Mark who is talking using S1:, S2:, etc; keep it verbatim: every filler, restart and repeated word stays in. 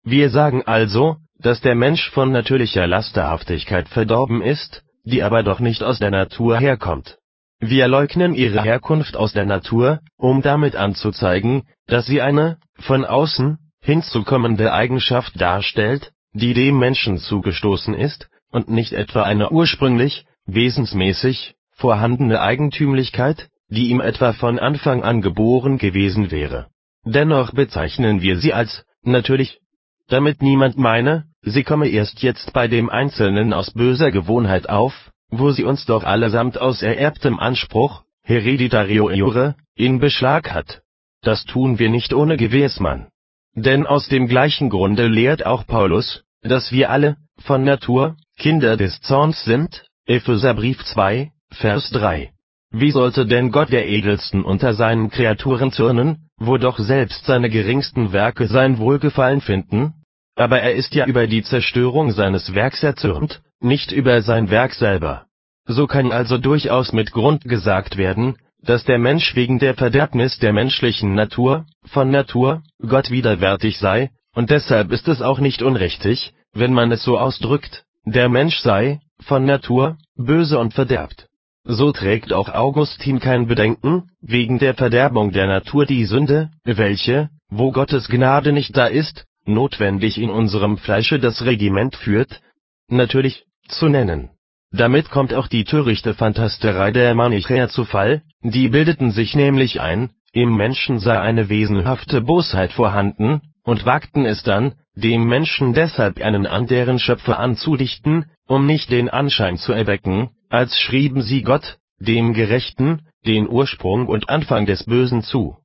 S1: Wir sagen also, dass der Mensch von natürlicher Lasterhaftigkeit verdorben ist, die aber doch nicht aus der Natur herkommt. Wir leugnen ihre Herkunft aus der Natur, um damit anzuzeigen, dass sie eine, von außen, hinzukommende Eigenschaft darstellt, die dem Menschen zugestoßen ist, und nicht etwa eine ursprünglich, wesensmäßig, vorhandene Eigentümlichkeit, die ihm etwa von Anfang an geboren gewesen wäre. Dennoch bezeichnen wir sie als natürlich, damit niemand meine, sie komme erst jetzt bei dem Einzelnen aus böser Gewohnheit auf, wo sie uns doch allesamt aus ererbtem Anspruch, hereditario iure, in Beschlag hat. Das tun wir nicht ohne Gewährsmann. Denn aus dem gleichen Grunde lehrt auch Paulus, dass wir alle, von Natur, Kinder des Zorns sind, Epheserbrief zwei, Vers drei. Wie sollte denn Gott der Edelsten unter seinen Kreaturen zürnen, wo doch selbst seine geringsten Werke sein Wohlgefallen finden? Aber er ist ja über die Zerstörung seines Werks erzürnt, nicht über sein Werk selber. So kann also durchaus mit Grund gesagt werden, dass der Mensch wegen der Verderbnis der menschlichen Natur, von Natur, Gott widerwärtig sei, und deshalb ist es auch nicht unrichtig, wenn man es so ausdrückt, der Mensch sei, von Natur, böse und verderbt. So trägt auch Augustin kein Bedenken, wegen der Verderbung der Natur die Sünde, welche, wo Gottes Gnade nicht da ist, notwendig in unserem Fleische das Regiment führt, natürlich, zu nennen. Damit kommt auch die törichte Phantasterei der Manichäer zu Fall, die bildeten sich nämlich ein, im Menschen sei eine wesenhafte Bosheit vorhanden, und wagten es dann, dem Menschen deshalb einen anderen Schöpfer anzudichten, um nicht den Anschein zu erwecken, als schrieben sie Gott, dem Gerechten, den Ursprung und Anfang des Bösen zu.